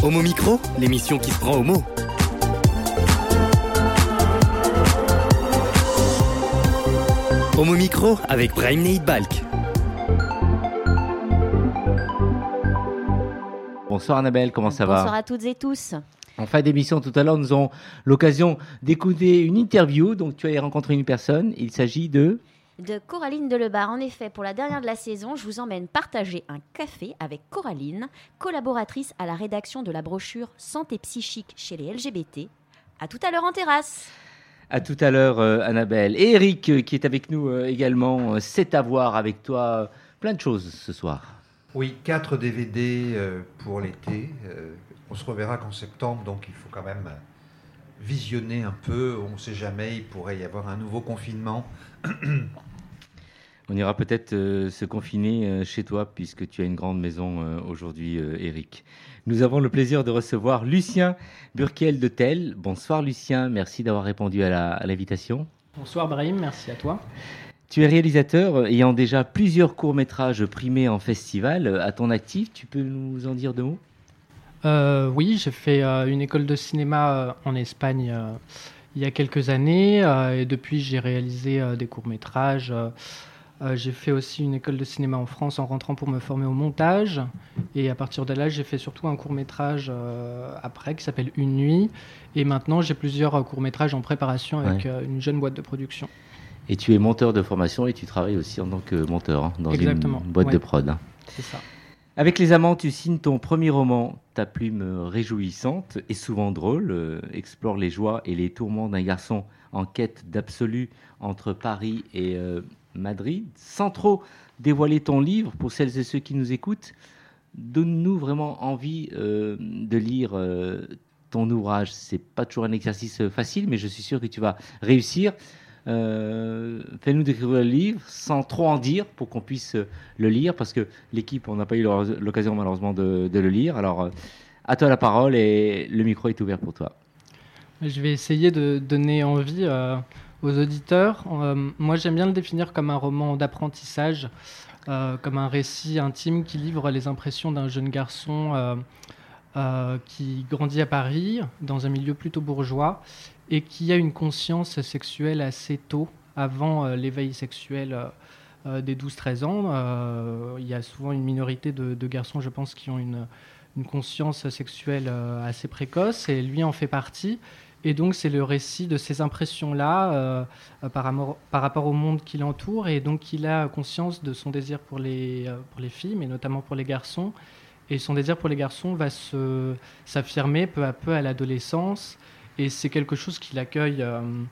Homo Micro, l'émission qui se prend au mot. Homo Micro avec Brahim Neid Balk. Bonsoir Annabelle, comment ça va ? Bonsoir à toutes et tous. En fin d'émission, tout à l'heure, nous aurons l'occasion d'écouter une interview. Donc, tu as rencontré une personne. Il s'agit de Coraline Delebarre. En effet, pour la dernière de la saison, je vous emmène partager un café avec Coraline, collaboratrice à la rédaction de la brochure Santé psychique chez les LGBT. À tout à l'heure en terrasse. À tout à l'heure, Annabelle. Et Eric, qui est avec nous également. C'est à voir avec toi. Plein de choses ce soir. Oui, 4 DVD pour l'été. On se reverra qu'en septembre, donc il faut quand même visionner un peu. On ne sait jamais, il pourrait y avoir un nouveau confinement. On ira peut-être se confiner chez toi, puisque tu as une grande maison aujourd'hui, Eric. Nous avons le plaisir de recevoir Lucien Burkiel de Tel. Bonsoir Lucien, merci d'avoir répondu à l'invitation. Bonsoir Brahim, merci à toi. Tu es réalisateur ayant déjà plusieurs courts-métrages primés en festival à ton actif. Tu peux nous en dire deux mots ? Oui, j'ai fait une école de cinéma en Espagne il y a quelques années et depuis j'ai réalisé des courts-métrages. J'ai fait aussi une école de cinéma en France en rentrant pour me former au montage et à partir de là j'ai fait surtout un court-métrage après qui s'appelle Une nuit et maintenant j'ai plusieurs courts-métrages en préparation avec une jeune boîte de production. Et tu es monteur de formation et tu travailles aussi en tant que monteur dans Exactement. Une boîte de prod. C'est ça. Avec Les Amants, tu signes ton premier roman. Ta plume réjouissante et souvent drôle explore les joies et les tourments d'un garçon en quête d'absolu entre Paris et Madrid. Sans trop dévoiler ton livre, pour celles et ceux qui nous écoutent, donne-nous vraiment envie de lire ton ouvrage. C'est pas toujours un exercice facile, mais je suis sûr que tu vas réussir. Fais-nous découvrir le livre sans trop en dire pour qu'on puisse le lire, parce que l'équipe, on n'a pas eu l'occasion malheureusement de le lire. Alors, à toi la parole et le micro est ouvert pour toi. Je vais essayer de donner envie aux auditeurs. Moi, j'aime bien le définir comme un roman d'apprentissage, comme un récit intime qui livre les impressions d'un jeune garçon qui grandit à Paris, dans un milieu plutôt bourgeois, et qui a une conscience sexuelle assez tôt, avant l'éveil sexuel des 12-13 ans. Il y a souvent une minorité de garçons, je pense, qui ont une conscience sexuelle assez précoce, et lui en fait partie. Et donc, c'est le récit de ces impressions-là par rapport au monde qui l'entoure, et donc il a conscience de son désir pour les filles, mais notamment pour les garçons. Et son désir pour les garçons va s'affirmer peu à peu à l'adolescence. Et c'est quelque chose qu'il accueille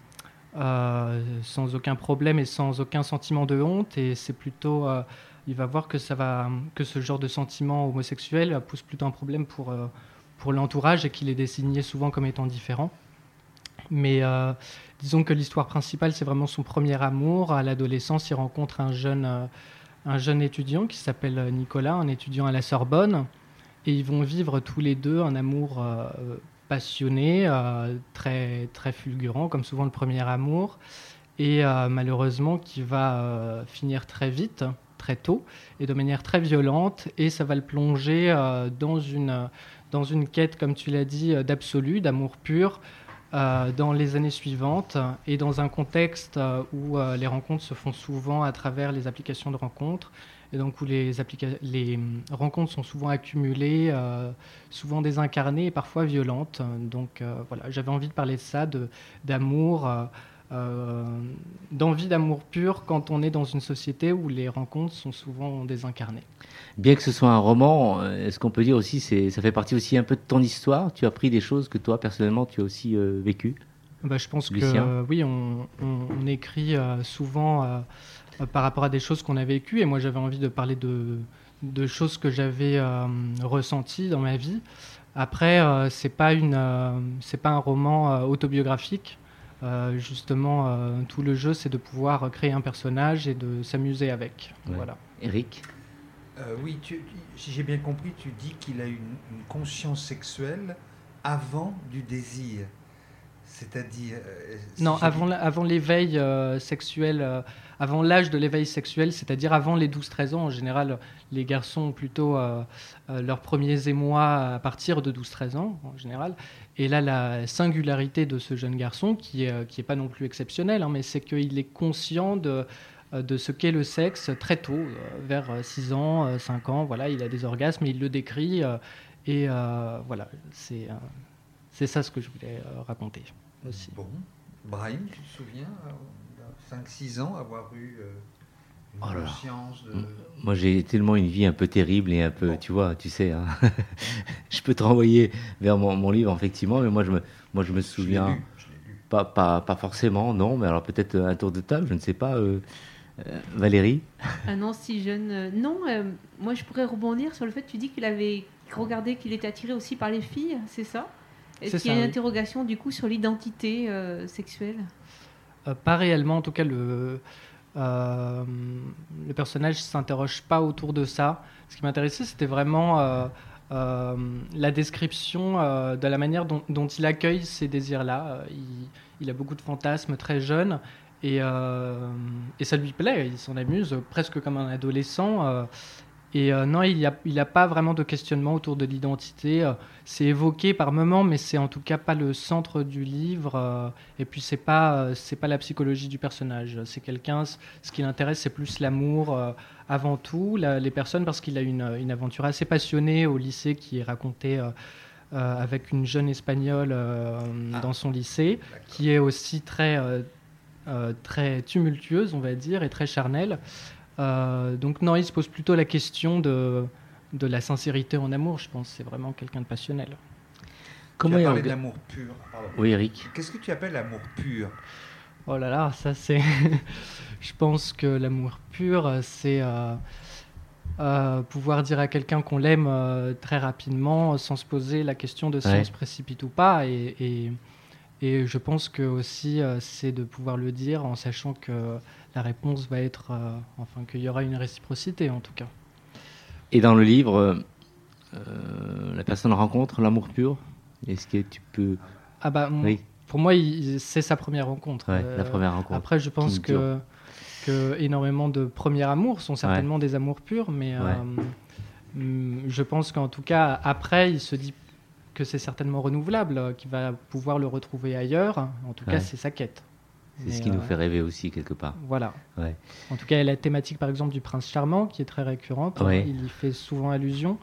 sans aucun problème et sans aucun sentiment de honte. Et c'est plutôt, il va voir que ce genre de sentiment homosexuel pose plutôt un problème pour l'entourage et qu'il est désigné souvent comme étant différent. Mais disons que l'histoire principale, c'est vraiment son premier amour. À l'adolescence, il rencontre un jeune étudiant qui s'appelle Nicolas, un étudiant à la Sorbonne. Et ils vont vivre tous les deux un amour passionné, très, très fulgurant, comme souvent le premier amour, et malheureusement qui va finir très vite, très tôt, et de manière très violente, et ça va le plonger dans une quête, comme tu l'as dit, d'absolu, d'amour pur, dans les années suivantes, et dans un contexte où les rencontres se font souvent à travers les applications de rencontres, et donc où les rencontres sont souvent accumulées, souvent désincarnées et parfois violentes. Donc voilà, j'avais envie de parler de ça, d'amour, d'envie d'amour pur quand on est dans une société où les rencontres sont souvent désincarnées. Bien que ce soit un roman, est-ce qu'on peut dire aussi, ça fait partie aussi un peu de ton histoire ? Tu as pris des choses que toi, personnellement, tu as aussi vécues ? Je pense Lucien. que oui, on écrit souvent par rapport à des choses qu'on a vécues, et moi j'avais envie de parler de choses que j'avais ressenties dans ma vie. Après, c'est pas un roman autobiographique. Justement, tout le jeu, c'est de pouvoir créer un personnage et de s'amuser avec. Ouais. Voilà. Eric ? Oui, si j'ai bien compris, tu dis qu'il a une conscience sexuelle avant du désir. C'est-à-dire... Non, avant l'éveil sexuel, avant l'âge de l'éveil sexuel, c'est-à-dire avant les 12-13 ans. En général, les garçons ont plutôt leurs premiers émois à partir de 12-13 ans, en général. Et là, la singularité de ce jeune garçon, qui est pas non plus exceptionnelle, mais c'est qu'il est conscient de ce qu'est le sexe très tôt, vers 6 ans, 5 ans. Voilà, il a des orgasmes, il le décrit. Voilà, c'est ça ce que je voulais raconter aussi. Bon, Brahim, tu te souviens, à 5-6 ans, avoir eu une conscience de... Moi, j'ai tellement une vie un peu terrible et un peu, tu sais, hein. Je peux te renvoyer vers mon livre, effectivement, mais moi, je me souviens... Je l'ai lu. Pas forcément, non, mais alors peut-être un tour de table, je ne sais pas. Valérie? Ah non, si jeune. Non, moi je pourrais rebondir sur le fait que tu dis qu'il avait regardé qu'il était attiré aussi par les filles, c'est ça? Est-ce qu'il y a une interrogation du coup sur l'identité sexuelle? Pas réellement, en tout cas le personnage ne s'interroge pas autour de ça. Ce qui m'intéressait, c'était vraiment la description de la manière dont il accueille ces désirs-là. Il a beaucoup de fantasmes très jeune et ça lui plaît, il s'en amuse presque comme un adolescent. Non, il n'y a pas vraiment de questionnement autour de l'identité. C'est évoqué par moments, mais c'est en tout cas pas le centre du livre. Et puis c'est pas la psychologie du personnage. C'est quelqu'un, ce qui l'intéresse, c'est plus l'amour avant tout. Les personnes, parce qu'il a une aventure assez passionnée au lycée qui est racontée avec une jeune espagnole dans son lycée, qui est aussi très tumultueuse, on va dire, et très charnelle. Donc non, il se pose plutôt la question de la sincérité en amour, je pense. C'est vraiment quelqu'un de passionnel. Tu as parlé d'amour pur. Pardon. Oui, Eric. Qu'est-ce que tu appelles l'amour pur? Oh là là, ça c'est... Je pense que l'amour pur, c'est pouvoir dire à quelqu'un qu'on l'aime très rapidement, sans se poser la question de si on se précipite ou pas. Et je pense que aussi, c'est de pouvoir le dire en sachant que la réponse va être, qu'il y aura une réciprocité en tout cas. Et dans le livre, la personne rencontre l'amour pur. Est-ce que tu peux... Oui. Pour moi, c'est sa première rencontre. La première rencontre. Après, je pense que énormément de premiers amours sont certainement des amours purs, mais je pense qu'en tout cas, après, il se dit que c'est certainement renouvelable, qu'il va pouvoir le retrouver ailleurs. En tout cas, c'est sa quête. C'est ce qui nous fait rêver aussi, quelque part. Voilà. Ouais. En tout cas, la thématique, par exemple, du prince charmant, qui est très récurrente, il y fait souvent allusion.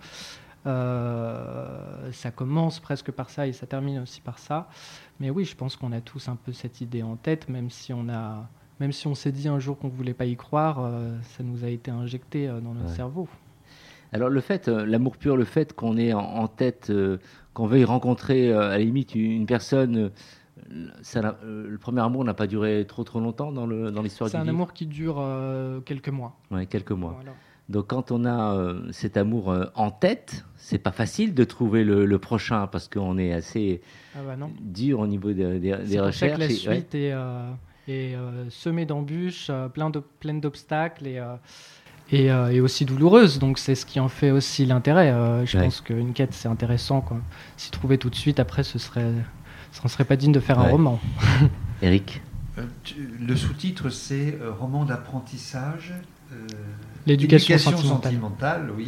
Ça commence presque par ça et ça termine aussi par ça. Mais oui, je pense qu'on a tous un peu cette idée en tête, même si on s'est dit un jour qu'on ne voulait pas y croire, ça nous a été injecté dans notre cerveau. Alors l'amour pur, le fait qu'on ait en tête, qu'on veuille rencontrer à la limite une personne, le premier amour n'a pas duré trop longtemps dans l'histoire du livre. C'est un amour qui dure quelques mois. Oui, quelques mois. Voilà. Donc quand on a cet amour en tête, c'est pas facile de trouver le prochain parce qu'on est assez dur au niveau des recherches. C'est pour ça que la suite est semée d'embûches, pleine d'obstacles et aussi douloureuse. Donc c'est ce qui en fait aussi l'intérêt. Je pense qu'une quête, c'est intéressant, quoi. S'y trouver tout de suite, après, ça ne serait pas digne de faire un roman. Eric, le sous-titre, c'est roman d'apprentissage. L'éducation sentimentale, oui,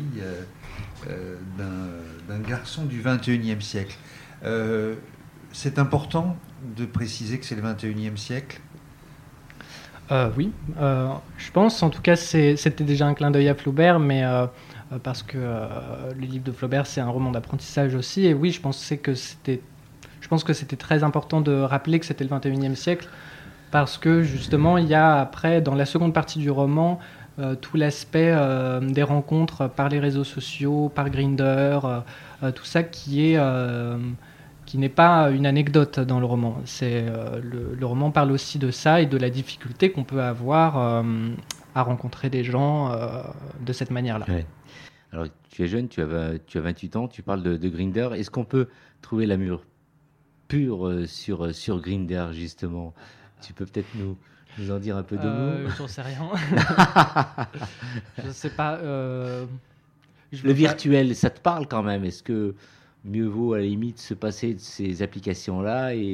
d'un garçon du 21e siècle. C'est important de préciser que c'est le 21e siècle. Oui, je pense. En tout cas, c'était déjà un clin d'œil à Flaubert, mais parce que le livre de Flaubert, c'est un roman d'apprentissage aussi. Et oui, je pense que c'était très important de rappeler que c'était le 21e siècle, parce que justement, il y a après, dans la seconde partie du roman, tout l'aspect des rencontres par les réseaux sociaux, par Grindr, tout ça qui n'est pas une anecdote dans le roman. Le roman parle aussi de ça et de la difficulté qu'on peut avoir à rencontrer des gens de cette manière-là. Ouais. Alors, tu es jeune, tu as 28 ans, tu parles de Grindr. Est-ce qu'on peut trouver l'amour pur sur Grindr, justement? Tu peux peut-être nous en dire un peu de mots? J'en sais rien. Je ne sais pas. Le virtuel, ça te parle quand même? Est-ce que mieux vaut à la limite se passer de ces applications-là et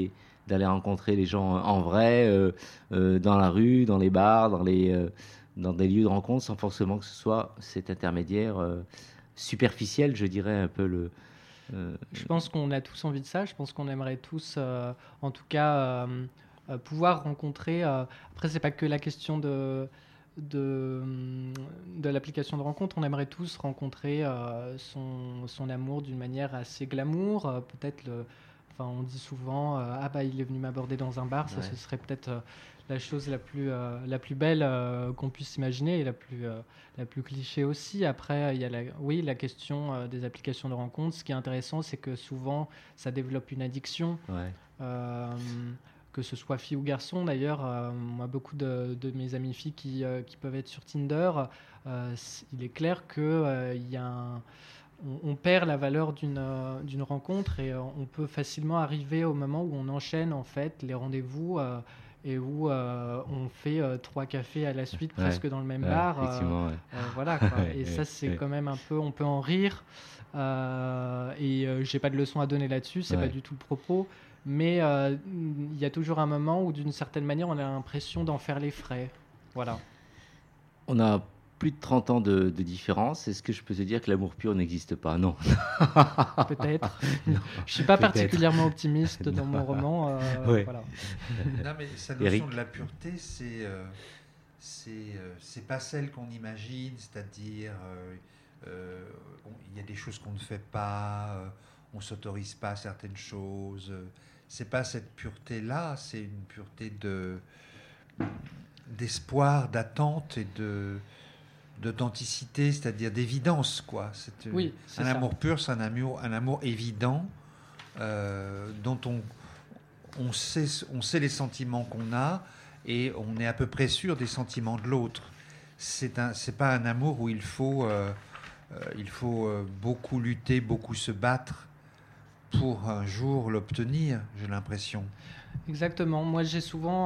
d'aller rencontrer les gens en vrai, dans la rue, dans les bars, dans des lieux de rencontre, sans forcément que ce soit cet intermédiaire superficiel, je dirais un peu Je pense qu'on a tous envie de ça. Je pense qu'on aimerait tous, en tout cas, pouvoir rencontrer. Après, c'est pas que la question de l'application de rencontre. On aimerait tous rencontrer son amour d'une manière assez glamour. Peut-être enfin, on dit souvent ah bah il est venu m'aborder dans un bar. Ça, ce serait peut-être la chose la plus belle qu'on puisse imaginer et la plus cliché aussi. Après, il y a la question des applications de rencontre. Ce qui est intéressant, c'est que souvent, ça développe une addiction. Que ce soit fille ou garçon. D'ailleurs, moi, beaucoup de mes amies filles qui peuvent être sur Tinder, il est clair que on perd la valeur d'une rencontre et on peut facilement arriver au moment où on enchaîne en fait les rendez-vous et où on fait 3 cafés à la suite presque dans le même bar. Voilà, quoi. Et ça, c'est quand même un peu... On peut en rire. J'ai pas de leçon à donner là-dessus, c'est pas du tout le propos. Mais il y a toujours un moment où, d'une certaine manière, on a l'impression d'en faire les frais. Voilà. On a plus de 30 ans de différence. Est-ce que je peux te dire que l'amour pur n'existe pas ? Non. Peut-être. Je ne suis pas particulièrement optimiste dans mon roman. Voilà. Non, mais sa notion de la pureté, c'est pas celle qu'on imagine. C'est-à-dire, il y a des choses qu'on ne fait pas, on ne s'autorise pas certaines choses. C'est pas cette pureté-là, c'est une pureté d'espoir, d'attente et d'authenticité, c'est-à-dire d'évidence, quoi. Un amour pur, c'est un amour évident dont on sait les sentiments qu'on a et on est à peu près sûr des sentiments de l'autre. C'est pas un amour où il faut beaucoup lutter, beaucoup se battre pour un jour l'obtenir, j'ai l'impression. Exactement. Moi, j'ai souvent,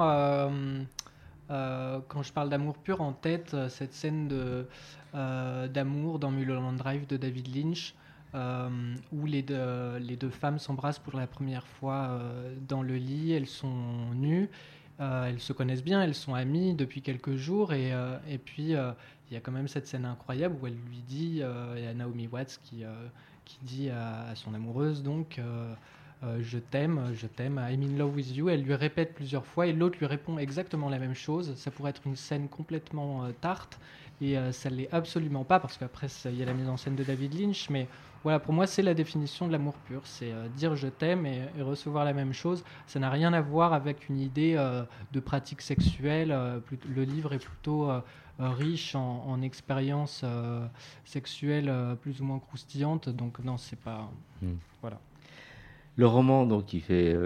quand je parle d'amour pur, en tête cette scène d'amour dans Mulholland Drive de David Lynch, où les deux femmes s'embrassent pour la première fois dans le lit. Elles sont nues, elles se connaissent bien, elles sont amies depuis quelques jours, et puis il y a quand même cette scène incroyable où elle lui dit, il y a Naomi Watts qui dit à son amoureuse donc je t'aime, I'm in love with you. Elle lui répète plusieurs fois et l'autre lui répond exactement la même chose. Ça pourrait être une scène complètement tarte et ça ne l'est absolument pas parce qu'après il y a la mise en scène de David Lynch, mais voilà, pour moi c'est la définition de l'amour pur, c'est dire je t'aime et recevoir la même chose. Ça n'a rien à voir avec une idée de pratique sexuelle. Le livre est plutôt riche en expériences sexuelles plus ou moins croustillantes, donc non, c'est pas... Voilà. Le roman, donc, il fait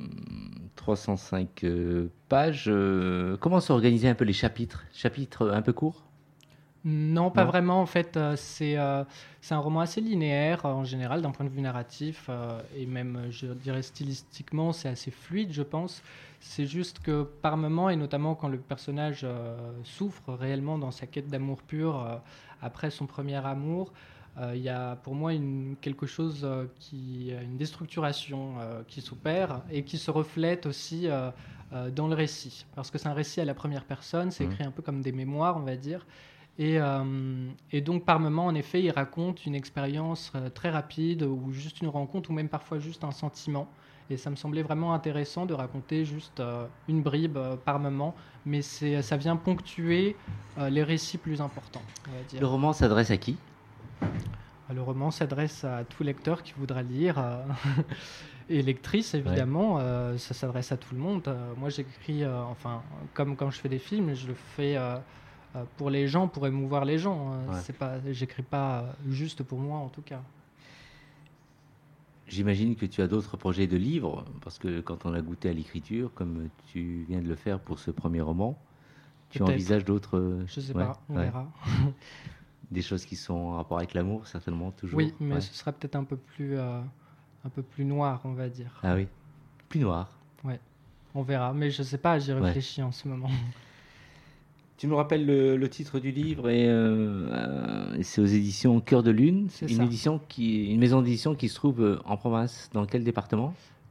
305 pages. Comment s'organiser un peu les chapitres ? Chapitres un peu courts ? Non, pas vraiment. En fait, c'est un roman assez linéaire, en général, d'un point de vue narratif. Et même, je dirais, stylistiquement, c'est assez fluide, je pense. C'est juste que par moments, et notamment quand le personnage souffre réellement dans sa quête d'amour pur après son premier amour, il y a pour moi quelque chose une déstructuration qui s'opère et qui se reflète aussi dans le récit. Parce que c'est un récit à la première personne, c'est écrit un peu comme des mémoires, on va dire. Et donc par moment, en effet, il raconte une expérience très rapide ou juste une rencontre ou même parfois juste un sentiment. Et ça me semblait vraiment intéressant de raconter juste une bribe par moment, mais ça vient ponctuer les récits plus importants, on va dire. Le roman s'adresse à qui ? Le roman s'adresse à tout lecteur qui voudra lire, et lectrice évidemment, ça s'adresse à tout le monde. Moi j'écris, comme quand je fais des films, je le fais pour les gens, pour émouvoir les gens. J'écris pas juste pour moi en tout cas. J'imagine que tu as d'autres projets de livres, parce que quand on a goûté à l'écriture, comme tu viens de le faire pour ce premier roman, tu envisages d'autres... Je sais pas, on verra. Des choses qui sont en rapport avec l'amour, certainement, toujours. Oui, mais ce sera peut-être un peu plus noir, on va dire. Ah oui, plus noir. Ouais, on verra, mais je sais pas, j'y réfléchis en ce moment. Tu nous rappelles le titre du livre, et c'est aux éditions Cœur de Lune. C'est une maison d'édition qui se trouve en province. Dans quel département ?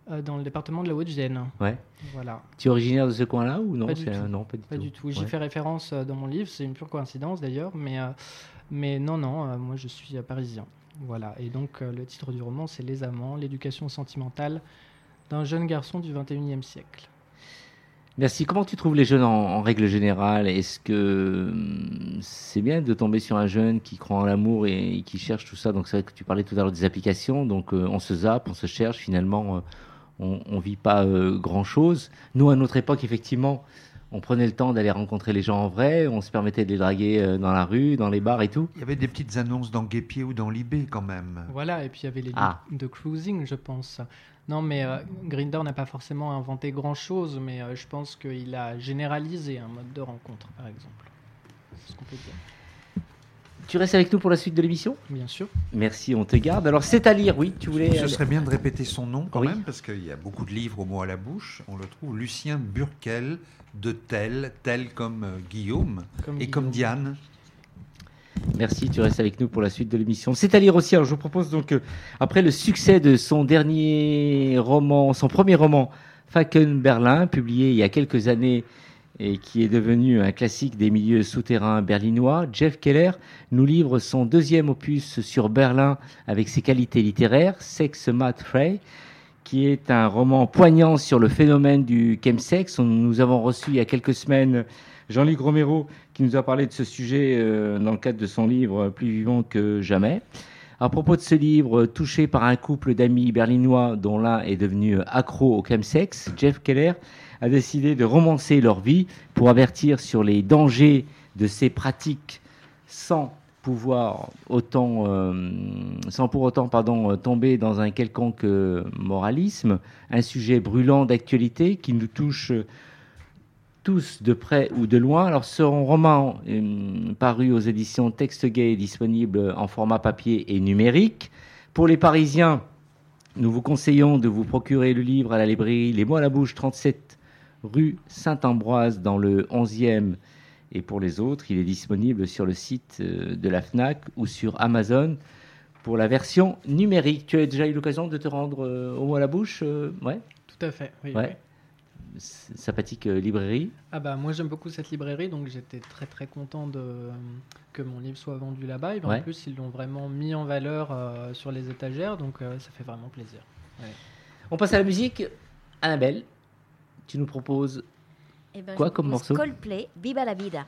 Dans le département de la Haute-Vienne. Ouais. Voilà. Tu es originaire de ce coin-là ou non? Pas du tout. Non, pas du tout. J'y fais référence dans mon livre, c'est une pure coïncidence d'ailleurs, mais non, moi je suis parisien. Voilà. Et donc le titre du roman, c'est Les Amants, l'éducation sentimentale d'un jeune garçon du 21e siècle. Merci. Comment tu trouves les jeunes en règle générale? Est-ce que c'est bien de tomber sur un jeune qui croit en l'amour et qui cherche tout ça? Donc c'est vrai que tu parlais tout à l'heure des applications, donc on se zappe, on se cherche, finalement on vit pas grand-chose. Nous, à notre époque, effectivement, on prenait le temps d'aller rencontrer les gens en vrai, on se permettait de les draguer dans la rue, dans les bars et tout. Il y avait des petites annonces dans Guépier ou dans Libé quand même. Voilà, et puis il y avait les de cruising, je pense. Non, mais Grindr n'a pas forcément inventé grand-chose, mais je pense qu'il a généralisé un mode de rencontre, par exemple. C'est ce qu'on peut dire. Tu restes avec nous pour la suite de l'émission? Bien sûr. Merci, on te garde. Alors, c'est à lire, oui, tu voulais... Ce serait bien de répéter son nom quand même, parce qu'il y a beaucoup de livres au mot à la bouche. On le trouve, Lucien Burkel, de Tel comme Guillaume, comme Diane. Merci, tu restes avec nous pour la suite de l'émission. C'est à lire aussi. Alors, je vous propose donc, après le succès de son premier roman, Faken Berlin, publié il y a quelques années et qui est devenu un classique des milieux souterrains berlinois, Jeff Keller nous livre son deuxième opus sur Berlin avec ses qualités littéraires, Sex Math Frey, qui est un roman poignant sur le phénomène du chemsex. Nous avons reçu il y a quelques semaines Jean-Luc Romero, qui nous a parlé de ce sujet dans le cadre de son livre « Plus vivant que jamais ». À propos de ce livre, touché par un couple d'amis berlinois dont l'un est devenu accro au chemsex, Jeff Keller a décidé de romancer leur vie pour avertir sur les dangers de ces pratiques sans pour autant tomber dans un quelconque moralisme, un sujet brûlant d'actualité qui nous touche tous de près ou de loin. Alors, ce roman paru aux éditions Texte Gay est disponible en format papier et numérique. Pour les Parisiens, nous vous conseillons de vous procurer le livre à la librairie Les Mots à la Bouche, 37 rue Saint-Ambroise dans le 11e. Et pour les autres, il est disponible sur le site de la FNAC ou sur Amazon pour la version numérique. Tu as déjà eu l'occasion de te rendre au Mot à la Bouche? Ouais. Tout à fait, oui. Ouais. Oui. Sympathique librairie. Moi j'aime beaucoup cette librairie, donc j'étais très très content que mon livre soit vendu là-bas. Et en plus ils l'ont vraiment mis en valeur sur les étagères, donc ça fait vraiment plaisir. Ouais. On passe à la musique. Annabelle, tu nous proposes quoi comme morceau? Coldplay, Viva la Vida.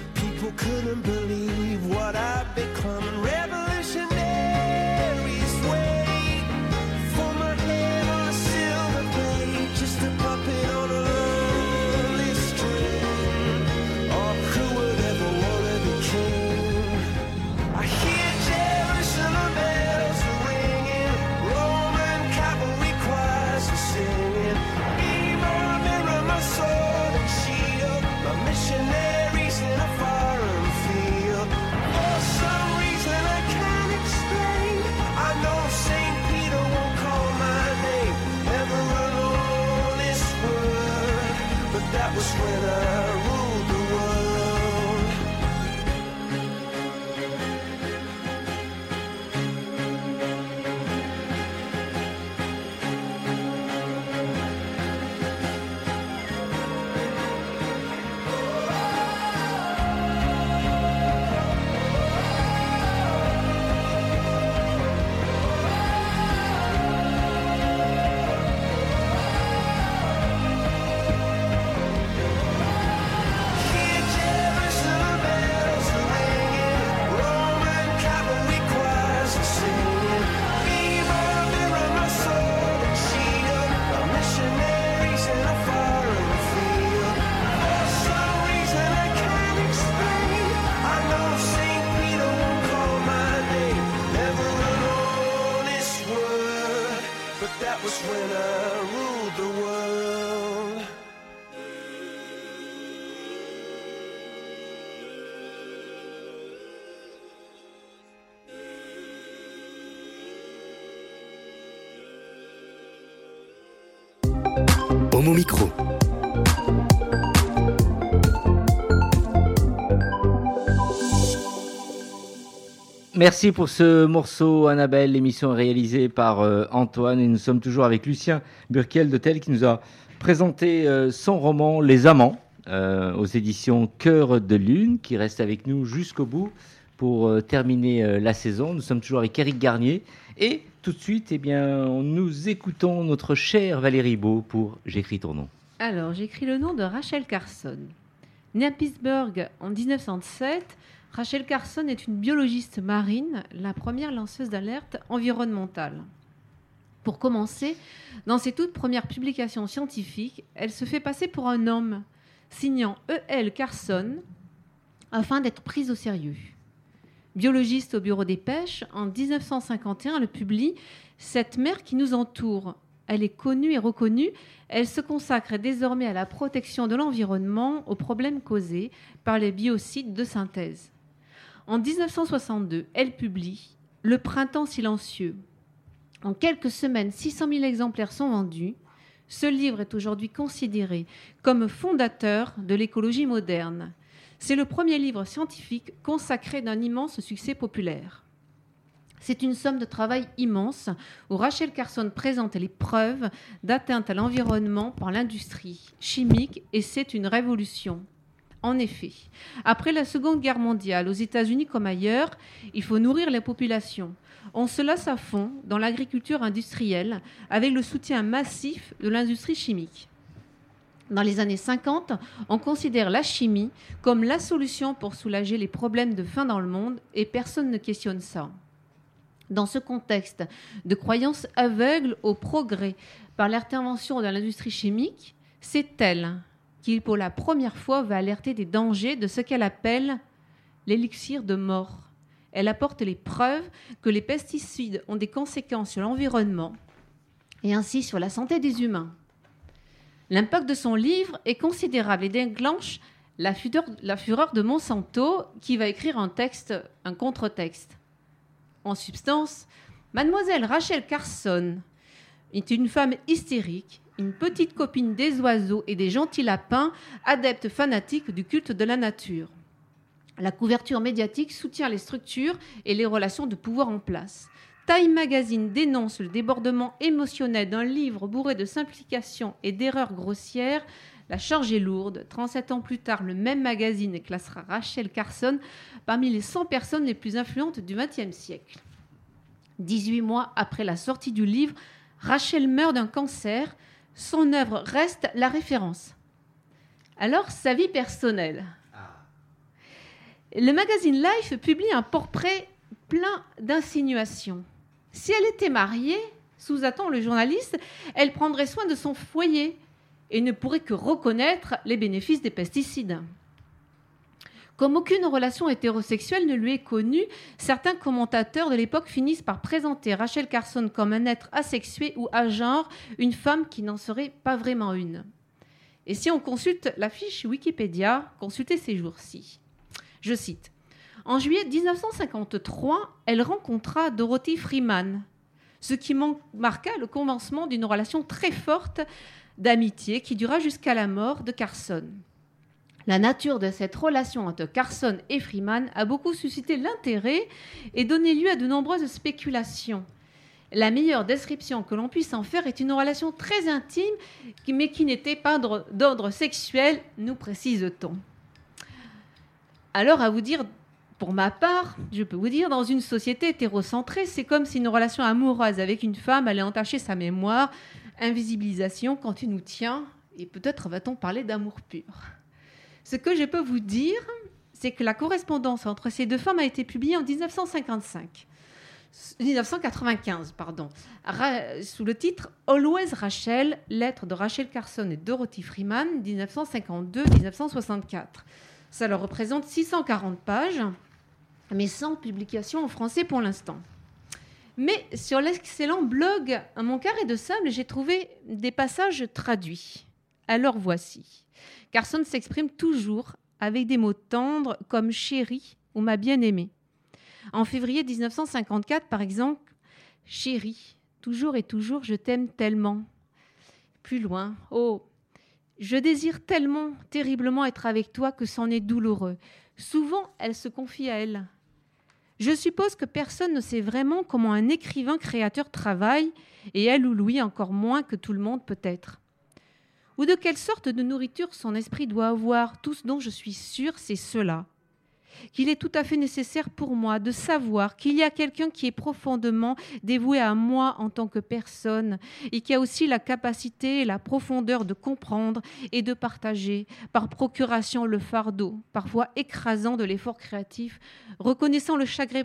Couldn't believe what I've become. Revolutionaries when I ruled the world. That was when I ruled the world. Homo Micro. Merci pour ce morceau, Annabelle. L'émission est réalisée par Antoine et nous sommes toujours avec Lucien Burkiel-de-Tel qui nous a présenté son roman Les Amants aux éditions Cœur de Lune qui reste avec nous jusqu'au bout pour terminer la saison. Nous sommes toujours avec Éric Garnier et tout de suite, nous écoutons notre chère Valérie Beau pour J'écris ton nom. Alors, j'écris le nom de Rachel Carson. Née à Pittsburgh en 1907, Rachel Carson est une biologiste marine, la première lanceuse d'alerte environnementale. Pour commencer, dans ses toutes premières publications scientifiques, elle se fait passer pour un homme, signant E.L. Carson, afin d'être prise au sérieux. Biologiste au bureau des pêches, en 1951, elle publie « Cette mer qui nous entoure ». Elle est connue et reconnue. Elle se consacre désormais à la protection de l'environnement, aux problèmes causés par les biocides de synthèse. En 1962, elle publie « Le printemps silencieux ». En quelques semaines, 600 000 exemplaires sont vendus. Ce livre est aujourd'hui considéré comme fondateur de l'écologie moderne. C'est le premier livre scientifique consacré d'un immense succès populaire. C'est une somme de travail immense où Rachel Carson présente les preuves d'atteinte à l'environnement par l'industrie chimique et c'est une révolution. En effet, après la Seconde Guerre mondiale, aux États-Unis comme ailleurs, il faut nourrir les populations. On se lasse à fond dans l'agriculture industrielle avec le soutien massif de l'industrie chimique. Dans les années 50, on considère la chimie comme la solution pour soulager les problèmes de faim dans le monde et personne ne questionne ça. Dans ce contexte de croyance aveugle au progrès par l'intervention de l'industrie chimique, c'est elle qui, pour la première fois, va alerter des dangers de ce qu'elle appelle l'élixir de mort. Elle apporte les preuves que les pesticides ont des conséquences sur l'environnement et ainsi sur la santé des humains. L'impact de son livre est considérable et déclenche la fureur de Monsanto qui va écrire un contre-texte. En substance, mademoiselle Rachel Carson est une femme hystérique, une petite copine des oiseaux et des gentils lapins, adepte fanatique du culte de la nature. La couverture médiatique soutient les structures et les relations de pouvoir en place. Time Magazine dénonce le débordement émotionnel d'un livre bourré de simplifications et d'erreurs grossières. La charge est lourde. 37 ans plus tard, le même magazine classera Rachel Carson parmi les 100 personnes les plus influentes du XXe siècle. 18 mois après la sortie du livre, Rachel meurt d'un cancer. Son œuvre reste la référence. Alors, sa vie personnelle. Le magazine Life publie un portrait plein d'insinuations. Si elle était mariée, sous-attend le journaliste, elle prendrait soin de son foyer et ne pourrait que reconnaître les bénéfices des pesticides. Comme aucune relation hétérosexuelle ne lui est connue, certains commentateurs de l'époque finissent par présenter Rachel Carson comme un être asexué ou agenre, une femme qui n'en serait pas vraiment une. Et si on consulte la fiche Wikipédia, consultez ces jours-ci. Je cite. En juillet 1953, elle rencontra Dorothy Freeman, ce qui marqua le commencement d'une relation très forte d'amitié qui dura jusqu'à la mort de Carson. La nature de cette relation entre Carson et Freeman a beaucoup suscité l'intérêt et donné lieu à de nombreuses spéculations. La meilleure description que l'on puisse en faire est une relation très intime, mais qui n'était pas d'ordre sexuel, nous précise-t-on. Alors, à vous dire, pour ma part, je peux vous dire, dans une société hétérocentrée, c'est comme si une relation amoureuse avec une femme allait entacher sa mémoire, invisibilisation quand il nous tient, et peut-être va-t-on parler d'amour pur. Ce que je peux vous dire, c'est que la correspondance entre ces deux femmes a été publiée en 1995, sous le titre Always Rachel, lettres de Rachel Carson et Dorothy Freeman, 1952-1964. Ça leur représente 640 pages, mais sans publication en français pour l'instant. Mais sur l'excellent blog Mon carré de sable, j'ai trouvé des passages traduits. Alors voici. Carson s'exprime toujours avec des mots tendres comme chérie ou ma bien-aimée. En février 1954, par exemple, chérie, toujours et toujours, je t'aime tellement. Plus loin, oh, je désire tellement, terriblement être avec toi que c'en est douloureux. Souvent, elle se confie à elle. Je suppose que personne ne sait vraiment comment un écrivain créateur travaille, et elle ou lui encore moins que tout le monde peut-être. Ou de quelle sorte de nourriture son esprit doit avoir. Tout ce dont je suis sûre, c'est cela. Qu'il est tout à fait nécessaire pour moi de savoir qu'il y a quelqu'un qui est profondément dévoué à moi en tant que personne et qui a aussi la capacité et la profondeur de comprendre et de partager par procuration le fardeau, parfois écrasant de l'effort créatif, reconnaissant le chagrin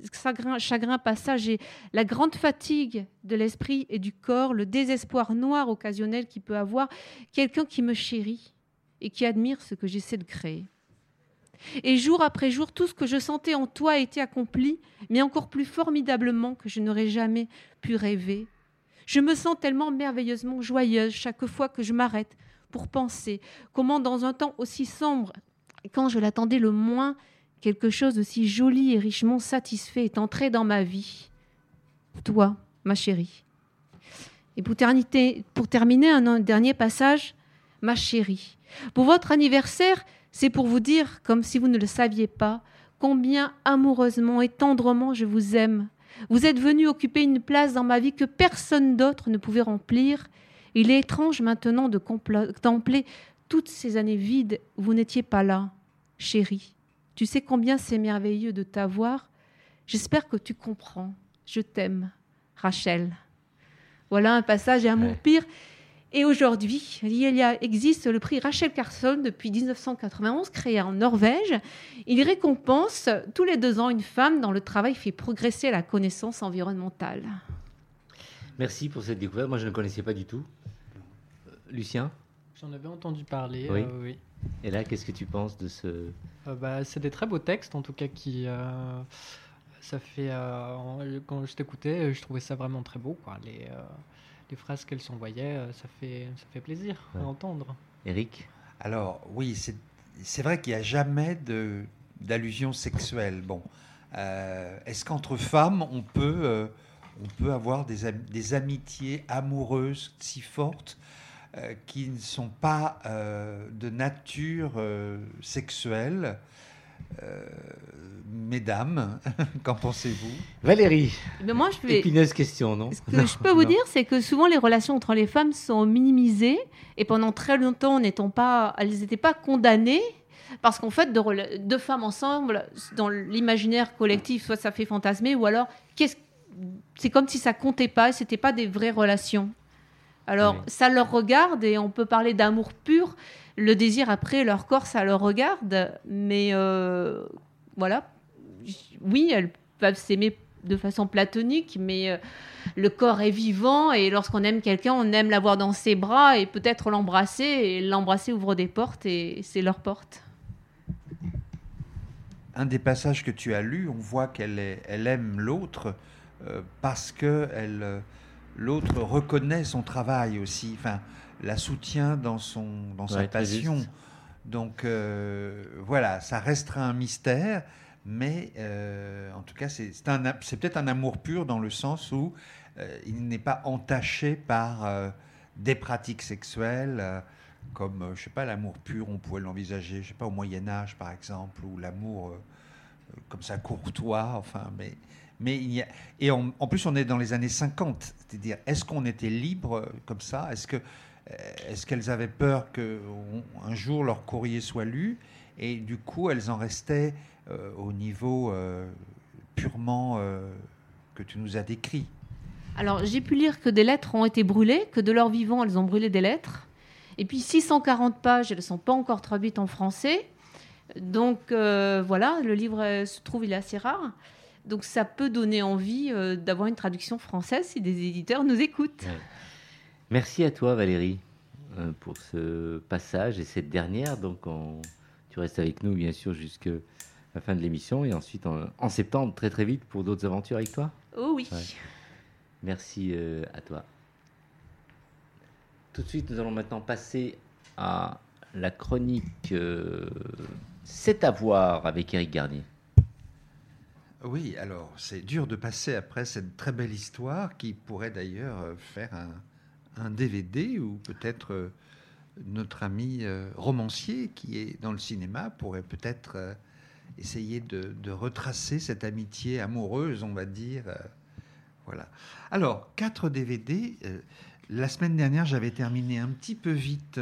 passager, la grande fatigue de l'esprit et du corps, le désespoir noir occasionnel qu'il peut avoir, quelqu'un qui me chérit et qui admire ce que j'essaie de créer. Et jour après jour, tout ce que je sentais en toi a été accompli, mais encore plus formidablement que je n'aurais jamais pu rêver. Je me sens tellement merveilleusement joyeuse chaque fois que je m'arrête pour penser comment, dans un temps aussi sombre, quand je l'attendais le moins, quelque chose de si joli et richement satisfait est entré dans ma vie. Toi, ma chérie. Et pour terminer, un dernier passage, ma chérie. Pour votre anniversaire, c'est pour vous dire, comme si vous ne le saviez pas, combien amoureusement et tendrement je vous aime. Vous êtes venu occuper une place dans ma vie que personne d'autre ne pouvait remplir. Il est étrange maintenant de contempler toutes ces années vides où vous n'étiez pas là. Chérie, tu sais combien c'est merveilleux de t'avoir. J'espère que tu comprends. Je t'aime, Rachel. Voilà un passage d'amour pire. Et aujourd'hui, existe le prix Rachel Carson depuis 1991, créé en Norvège. Il récompense tous les 2 ans une femme dont le travail fait progresser la connaissance environnementale. Merci pour cette découverte. Moi, je ne connaissais pas du tout. Lucien ? J'en avais entendu parler, oui. oui. Et là, qu'est-ce que tu penses de ce... C'est des très beaux textes, en tout cas, qui... ça fait... quand je t'écoutais, je trouvais ça vraiment très beau, quoi. Les phrases qu'elle s'envoyait, ça fait plaisir à entendre. Eric ? Alors, oui, c'est vrai qu'il n'y a jamais d'allusion sexuelle. Bon, est-ce qu'entre femmes, on peut avoir des amitiés amoureuses si fortes qui ne sont pas de nature sexuelle ? Mesdames, qu'en pensez-vous ? Valérie, Mais moi, épineuse question, non ? Ce que je peux vous dire, c'est que souvent les relations entre les femmes sont minimisées et pendant très longtemps, elles n'étaient pas condamnées parce qu'en fait, deux femmes ensemble, dans l'imaginaire collectif, soit ça fait fantasmer ou alors c'est comme si ça comptait pas et c'était pas des vraies relations. Alors, ça leur regarde et on peut parler d'amour pur. Le désir après, leur corps, ça leur regarde. Mais voilà. Oui, elles peuvent s'aimer de façon platonique, mais le corps est vivant et lorsqu'on aime quelqu'un, on aime l'avoir dans ses bras et peut-être l'embrasser. Et l'embrasser ouvre des portes et c'est leur porte. Un des passages que tu as lu, on voit qu'elle aime l'autre parce que l'autre reconnaît son travail aussi, enfin, la soutient dans sa passion. Donc voilà, ça restera un mystère, mais en tout cas, c'est peut-être un amour pur dans le sens où il n'est pas entaché par des pratiques sexuelles. comme, je sais pas, l'amour pur, on pouvait l'envisager, je sais pas, au Moyen-Âge, par exemple, ou l'amour comme ça, courtois, enfin, mais il y a... Et en plus, on est dans les années 50, c'est-à-dire, est-ce qu'on était libre comme ça ? Est-ce qu'elles avaient peur qu'un jour leur courrier soit lu, et du coup, elles en restaient au niveau purement que tu nous as décrit ? Alors, j'ai pu lire que des lettres ont été brûlées, que de leur vivant, elles ont brûlé des lettres. Et puis, 640 pages, elles ne sont pas encore traduites en français. Donc, voilà, le livre se trouve, il est assez rare. Donc, ça peut donner envie d'avoir une traduction française si des éditeurs nous écoutent. Ouais. Merci à toi, Valérie, pour ce passage et cette dernière. Donc, tu restes avec nous, bien sûr, jusqu'à la fin de l'émission. Et ensuite, en septembre, très très vite, pour d'autres aventures avec toi. Oh oui. Ouais. Merci à toi. Tout de suite, nous allons maintenant passer à la chronique C'est à voir avec Éric Garnier. Oui, alors c'est dur de passer après cette très belle histoire qui pourrait d'ailleurs faire un DVD, ou peut-être notre ami romancier qui est dans le cinéma pourrait peut-être essayer de retracer cette amitié amoureuse, on va dire. Voilà. Alors, 4 DVD. La semaine dernière, j'avais terminé un petit peu vite